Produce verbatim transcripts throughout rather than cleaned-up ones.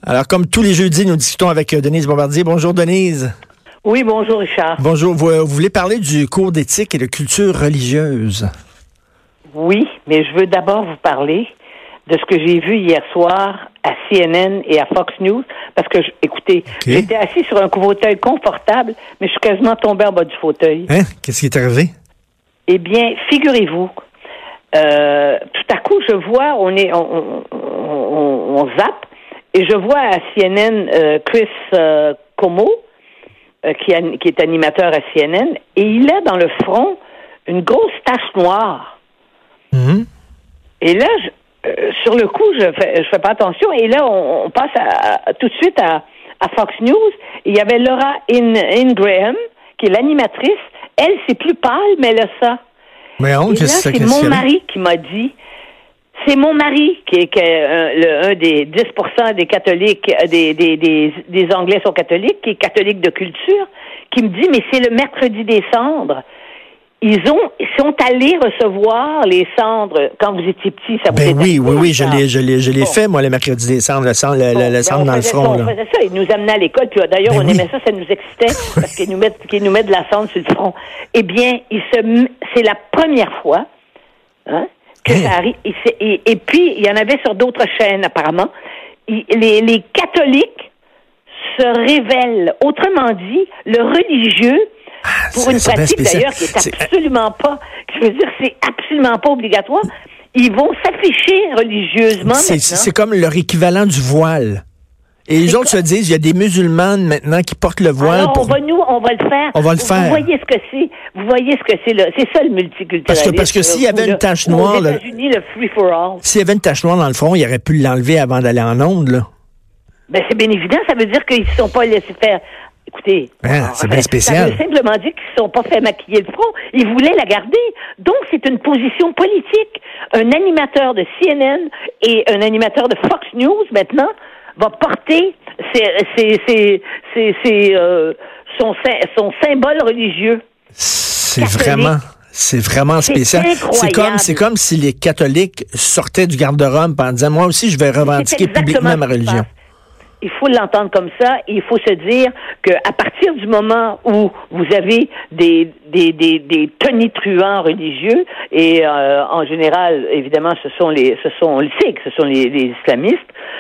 Alors, comme tous les jeudis, nous discutons avec Denise Bombardier. Bonjour, Denise. Oui, bonjour, Richard. Bonjour. Vous, vous voulez parler du cours d'éthique et de culture religieuse? Oui, mais je veux d'abord vous parler de ce que j'ai vu hier soir à C N N et à Fox News, parce que, je, écoutez, okay. J'étais assis sur un fauteuil confortable, mais je suis quasiment tombé en bas du fauteuil. Hein? Qu'est-ce qui est arrivé? Eh bien, figurez-vous, euh, tout à coup, je vois, on est, on, on, on, on zappe, et je vois à C N N euh, Chris euh, Como, euh, qui, a, qui est animateur à C N N, et il a dans le front une grosse tache noire. Mm-hmm. Et là, je, euh, sur le coup, je fais, je fais pas attention, et là, on, on passe à, à, tout de suite à, à Fox News, et il y avait Laura In, Ingraham, qui est l'animatrice. Elle, c'est plus pâle, mais elle a ça. Mais on, et là, c'est mon mari qui m'a dit, c'est mon mari qui est, qui est un, le, un des dix pour cent des catholiques, des, des, des, des Anglais sont catholiques, qui est catholique de culture, qui me dit, mais c'est le mercredi des cendres. Ils ont, ils sont allés recevoir les cendres quand vous étiez petit, ça vous ben oui, oui, oui, je ça? l'ai, je l'ai, je l'ai bon. fait, moi, le mercredi des cendres, le cendre, le, bon, le, le cendre dans le front. Ça, on faisait ça, ils nous amenaient à l'école, puis d'ailleurs, ben on oui. aimait ça, ça nous excitait, parce qu'ils nous mettent, qu'ils nous mettent de la cendre sur le front. Eh bien, il se, c'est la première fois, hein, que hey. ça arrive, et, et, et puis, il y en avait sur d'autres chaînes, apparemment, il, les, les catholiques se révèlent, autrement dit, le religieux, Ah, pour une pratique d'ailleurs qui est absolument c'est... pas, je veux dire, c'est absolument pas obligatoire. Ils vont s'afficher religieusement c'est, maintenant. C'est comme leur équivalent du voile. Et les c'est autres comme... se disent, il y a des musulmanes maintenant qui portent le voile. Alors, pour... on va nous, on va le faire. On va le vous, faire. Vous voyez ce que c'est. Vous voyez ce que c'est là. C'est ça le multiculturalisme. Parce que, parce que s'il y avait une tache noire, aux États-Unis, le free for all. S'il y avait une tache noire dans le front, il aurait pu l'enlever avant d'aller en onde, là. Ben, c'est bien évident. Ça veut dire qu'ils ne se sont pas laissés faire. Écoutez, hein, c'est bien spécial. Ça veut simplement dire qu'ils ne se sont pas fait maquiller le front. Ils voulaient la garder. Donc, c'est une position politique. Un animateur de C N N et un animateur de Fox News, maintenant, va porter ses, ses, ses, ses, ses, euh, son, son symbole religieux. C'est catholique. vraiment... C'est vraiment spécial. C'est, c'est comme c'est comme si les catholiques sortaient du garde-robe en disant, moi aussi, je vais revendiquer publiquement ma religion. Il faut l'entendre comme ça et il faut se dire qu'à partir du moment où vous avez des des des, des tonitruants religieux et euh, en général évidemment ce sont les ce sont on le sait que ce sont les, les islamistes,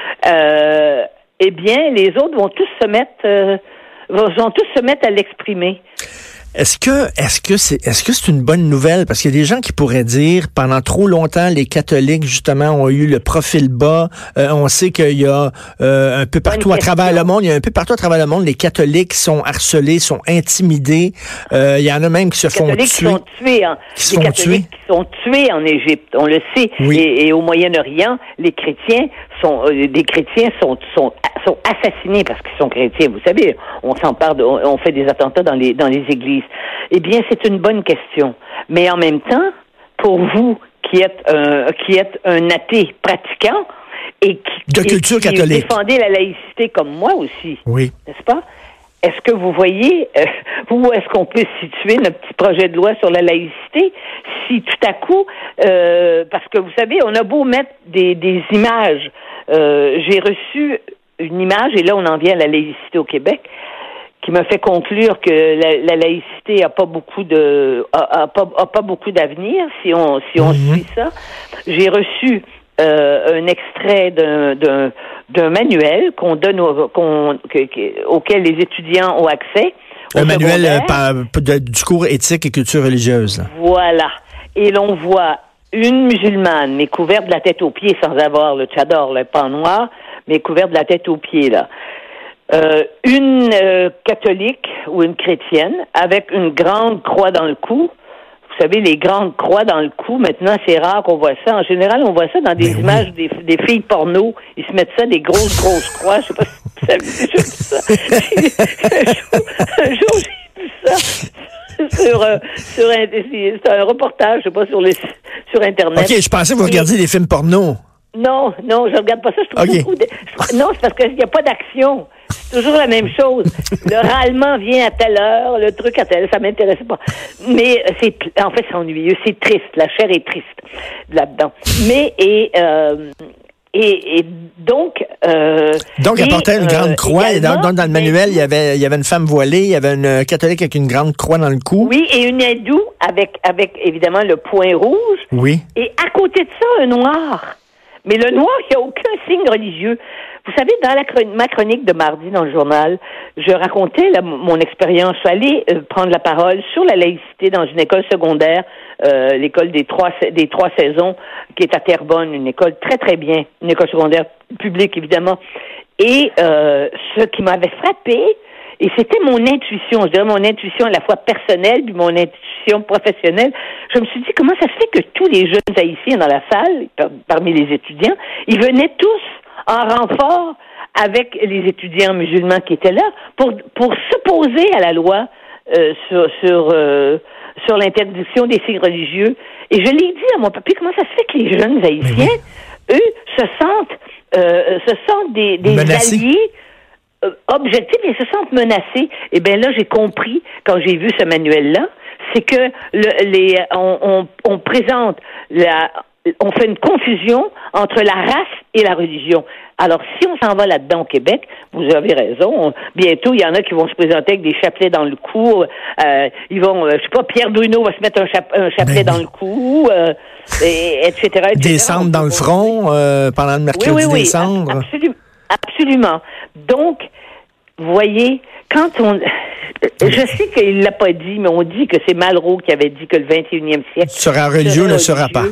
euh, eh bien les autres vont tous se mettre euh, vont tous se mettre à l'exprimer. Est-ce que est-ce que c'est est-ce que c'est une bonne nouvelle? Parce qu'il y a des gens qui pourraient dire pendant trop longtemps les catholiques justement ont eu le profil bas. Euh, on sait qu'il y a euh, un peu partout à travers le monde, il y a un peu partout à travers le monde les catholiques sont harcelés, sont intimidés. Euh, il y en a même qui se font tuer. Qui sont tués, hein. Qui se les font catholiques tuer. qui sont tués en Égypte, on le sait. Oui. Et, et au Moyen-Orient, les chrétiens sont euh, des chrétiens sont sont sont assassinés parce qu'ils sont chrétiens. Vous savez, on s'empare, de, on, on fait des attentats dans les dans les églises. Eh bien, c'est une bonne question. Mais en même temps, pour vous qui êtes un, qui êtes un athée pratiquant et qui, de culture et qui catholique, défendez la laïcité comme moi aussi, oui, n'est-ce pas? Est-ce que vous voyez euh, où est-ce qu'on peut situer notre petit projet de loi sur la laïcité si tout à coup, euh, parce que vous savez, on a beau mettre des, des images, euh, j'ai reçu une image et là on en vient à la laïcité au Québec, qui me fait conclure que la, la laïcité a pas beaucoup de a, a pas a pas beaucoup d'avenir si on si on mm-hmm. suit ça. J'ai reçu euh, un extrait d'un, d'un d'un manuel qu'on donne au, qu'on que, que, auquel les étudiants ont accès. Un manuel euh, par, de, du cours éthique et culture religieuse. Là. Voilà. Et l'on voit une musulmane, mais couverte de la tête aux pieds sans avoir le tchador, le pan noir, mais couverte de la tête aux pieds là. Euh, une euh, catholique ou une chrétienne avec une grande croix dans le cou. Vous savez, les grandes croix dans le cou, maintenant, c'est rare qu'on voit ça. En général, on voit ça dans des Mais images oui. des, des filles porno. Ils se mettent ça, des grosses, grosses croix. Je sais pas si vous avez déjà vu ça. un, jour, un jour, j'ai vu ça sur, euh, sur un, c'est un reportage, je sais pas, sur, les, sur Internet. OK, je pensais que vous regardiez des films porno. Non, non, je regarde pas ça. Je trouve okay. beaucoup de... Non, c'est parce qu'il n'y a pas d'action. C'est toujours la même chose. Le râlement vient à telle heure, le truc à telle heure, ça m'intéresse pas. Mais c'est, en fait, c'est ennuyeux, c'est triste. La chair est triste là-dedans. Mais, et, euh, Et, et donc... Euh, donc, elle portait une grande euh, croix. Et dans, dans, dans le manuel, il y, avait, il y avait une femme voilée, il y avait une catholique avec une grande croix dans le cou. Oui, et une hindoue avec, avec évidemment, le point rouge. Oui. Et à côté de ça, un noir. Mais le noir, il n'y a aucun signe religieux. Vous savez, dans la chron- ma chronique de mardi dans le journal, je racontais là, mon expérience. Je suis allée euh, prendre la parole sur la laïcité dans une école secondaire, euh, l'école des trois des trois saisons, qui est à Terrebonne, une école très, très bien, une école secondaire publique, évidemment. Et euh, ce qui m'avait frappé, et c'était mon intuition, je dirais mon intuition à la fois personnelle puis mon intuition professionnelle. Je me suis dit, comment ça se fait que tous les jeunes haïtiens dans la salle, par, parmi les étudiants, ils venaient tous en renfort avec les étudiants musulmans qui étaient là pour pour s'opposer à la loi euh, sur sur euh, sur l'interdiction des signes religieux. Et je l'ai dit à mon papier, comment ça se fait que les jeunes haïtiens, oui. eux, se sentent euh, se sentent des, des alliés euh, objectifs et se sentent menacés. Et bien là, j'ai compris, quand j'ai vu ce manuel-là, c'est que le, les on, on, on présente la on fait une confusion entre la race et la religion. Alors, si on s'en va là-dedans au Québec, vous avez raison, on, bientôt, il y en a qui vont se présenter avec des chapelets dans le cou, euh, ils vont, euh, je sais pas, Pierre Bruno va se mettre un, chap- un chapelet ben, dans le cou, euh, et, et cetera, et cetera. Des cendres dans le front euh, pendant le mercredi oui, oui, oui, des cendres. Absolument, absolument. Donc, vous voyez, quand on... Je sais qu'il l'a pas dit, mais on dit que c'est Malraux qui avait dit que le vingt et unième siècle... Sera religieux, ne sera pas.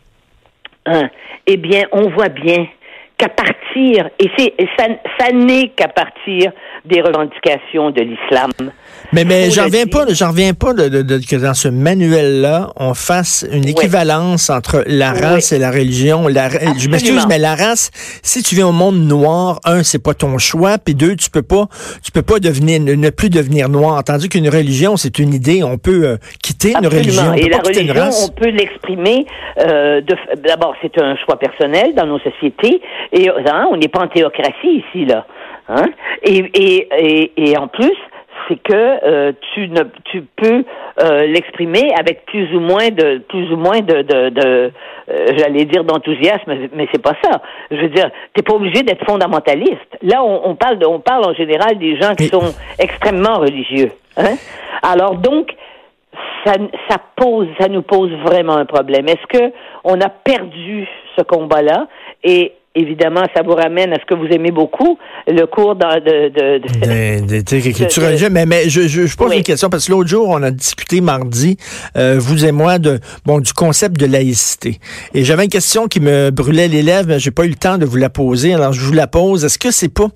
Hein, eh bien, on voit bien qu'à partir, et c'est ça, ça n'est qu'à partir des revendications de l'islam. Mais, mais j'en reviens pas, j'en reviens pas de, de, de, que dans ce manuel-là, on fasse une équivalence oui. entre la race oui. et la religion. La, je m'excuse, mais la race, si tu viens au monde noir, un, c'est pas ton choix, puis deux, tu peux pas, tu peux pas devenir, ne plus devenir noir. Tandis qu'une religion, c'est une idée. On peut euh, quitter Absolument. une religion. On peut et pas la quitter religion, une race. On peut l'exprimer. Euh, de, d'abord, c'est un choix personnel dans nos sociétés, et hein, on n'est pas en théocratie ici là. Hein? Et, et, et, et en plus, c'est que euh, tu ne tu peux euh, l'exprimer avec plus ou moins de plus ou moins de de, de euh, j'allais dire d'enthousiasme, mais c'est pas ça. Je veux dire, t'es pas obligé d'être fondamentaliste. Là, on, on parle de, on parle en général des gens qui sont extrêmement religieux. Hein? Alors donc, ça ça pose ça nous pose vraiment un problème. Est-ce que on a perdu ce combat-là? Et évidemment, ça vous ramène à ce que vous aimez beaucoup, le cours de... de, de, de d'écriture religieuse. Mais, mais je, je, je pose oui. une question, parce que l'autre jour, on a discuté mardi, euh, vous et moi, de bon du concept de laïcité. Et j'avais une question qui me brûlait les lèvres, mais j'ai pas eu le temps de vous la poser, alors je vous la pose. Est-ce que c'est pas...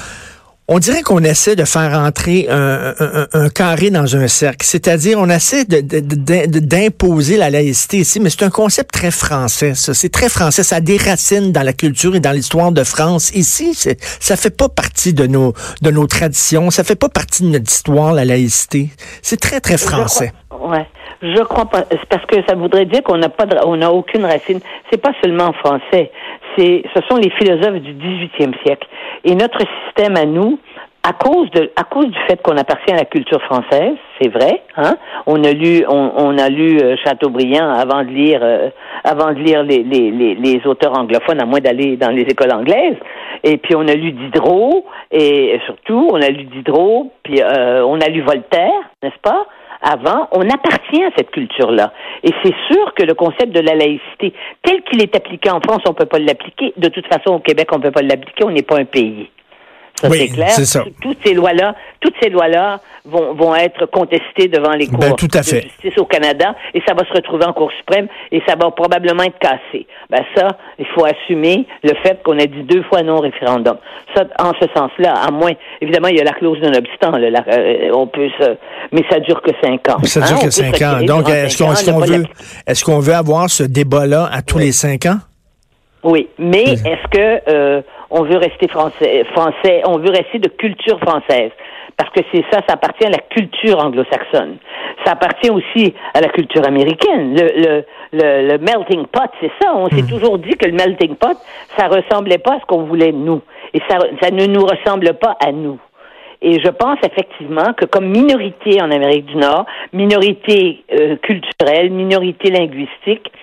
On dirait qu'on essaie de faire entrer un, un, un carré dans un cercle. C'est-à-dire, on essaie de, de, de, d'imposer la laïcité ici, mais c'est un concept très français, ça. C'est très français. Ça a des racines dans la culture et dans l'histoire de France. Ici, c'est, ça fait pas partie de nos, de nos traditions. Ça fait pas partie de notre histoire, la laïcité. C'est très, très français. Je crois, ouais. Je crois pas. C'est parce que ça voudrait dire qu'on n'a pas de, on n'a aucune racine. C'est pas seulement français. C'est, ce sont les philosophes du dix-huitième siècle. Et notre système à nous, à cause de, à cause du fait qu'on appartient à la culture française, c'est vrai, hein. On a lu, on, on a lu euh, Chateaubriand avant de lire, euh, avant de lire les, les, les, les auteurs anglophones, à moins d'aller dans les écoles anglaises. Et puis on a lu Diderot, et surtout on a lu Diderot, puis euh, on a lu Voltaire, n'est-ce pas? Avant, on appartient à cette culture-là. Et c'est sûr que le concept de la laïcité, tel qu'il est appliqué en France, on peut pas l'appliquer. De toute façon, au Québec, on peut pas l'appliquer. On n'est pas un pays. Ça, oui, c'est clair. C'est ça. Toutes ces lois-là, toutes ces lois-là vont, vont être contestées devant les cours ben, tout à fait. de justice au Canada, et ça va se retrouver en Cour suprême, et ça va probablement être cassé. Ben ça, il faut assumer le fait qu'on a dit deux fois non au référendum. Ça, en ce sens-là, à moins, évidemment, il y a la clause non obstant, là, la, euh, on peut se, mais ça dure que cinq ans. Ça dure hein? que cinq ans. Donc, est-ce qu'on, est-ce qu'on veut, est-ce qu'on veut avoir ce débat-là à tous oui. les cinq ans? Oui, mais oui. est-ce que euh, on veut rester français, français, on veut rester de culture française? Parce que c'est ça, ça appartient à la culture anglo-saxonne. Ça appartient aussi à la culture américaine. Le, le, le, le melting pot, c'est ça. On mmh. s'est toujours dit que le melting pot, ça ressemblait pas à ce qu'on voulait nous. Et ça, ça ne nous ressemble pas à nous. Et je pense effectivement que comme minorité en Amérique du Nord, minorité euh, culturelle, minorité linguistique,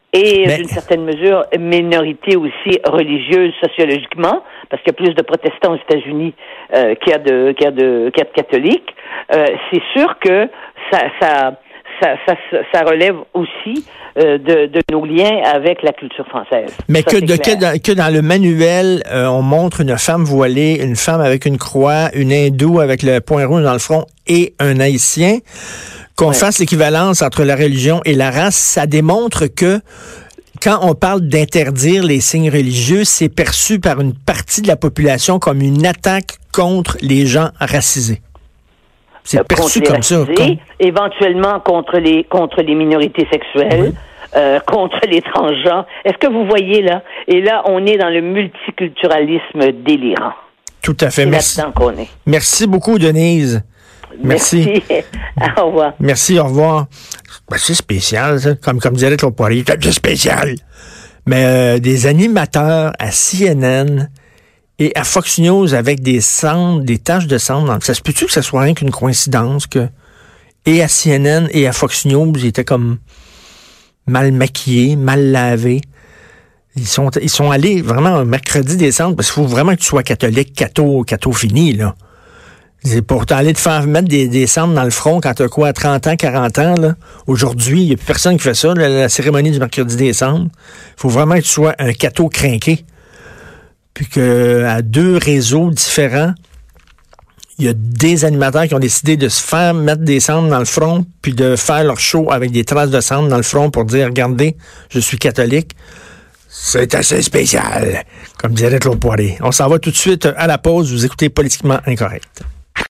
et Mais... d'une certaine mesure, minorité aussi religieuse sociologiquement, parce qu'il y a plus de protestants aux États-Unis euh, qu'il y a de, qu'il y a de, qu'il y a de catholiques. Euh, c'est sûr que ça, ça, ça, ça, ça relève aussi euh, de, de nos liens avec la culture française. Mais ça, que, de, que, dans, que dans le manuel, euh, on montre une femme voilée, une femme avec une croix, une hindoue avec le point rouge dans le front et un haïtien, qu'on ouais. fasse l'équivalence entre la religion et la race, ça démontre que quand on parle d'interdire les signes religieux, c'est perçu par une partie de la population comme une attaque contre les gens racisés. C'est euh, perçu comme racisés, ça. Comme... Éventuellement contre les contre les minorités sexuelles, oui. euh, contre les transgenres. Est-ce que vous voyez là? Et là, on est dans le multiculturalisme délirant. Tout à fait. C'est Merci. là-dedans qu'on est. Merci beaucoup, Denise. Merci. Merci. Au revoir. Merci, au revoir. Ben, c'est spécial, ça. Comme, comme dirait Claude Poirier, c'est spécial. Mais euh, des animateurs à C N N et à Fox News avec des cendres, des taches de cendres. Ça se peut-tu que ça soit rien qu'une coïncidence que et à C N N et à Fox News, ils étaient comme mal maquillés, mal lavés. Ils sont, ils sont allés vraiment un mercredi des cendres parce qu'il faut vraiment que tu sois catholique, catho, catho fini, là. C'est pour t'aller te faire mettre des, des cendres dans le front quand t'as quoi, trente ans, quarante ans, là. Aujourd'hui, il n'y a plus personne qui fait ça, la, la cérémonie du mercredi des cendres. Il faut vraiment que tu sois un catho crinqué. Puis que à deux réseaux différents, il y a des animateurs qui ont décidé de se faire mettre des cendres dans le front, puis de faire leur show avec des traces de cendres dans le front pour dire, regardez, je suis catholique. C'est assez spécial, comme dirait Claude Poirier. On s'en va tout de suite à la pause. Vous écoutez Politiquement Incorrect.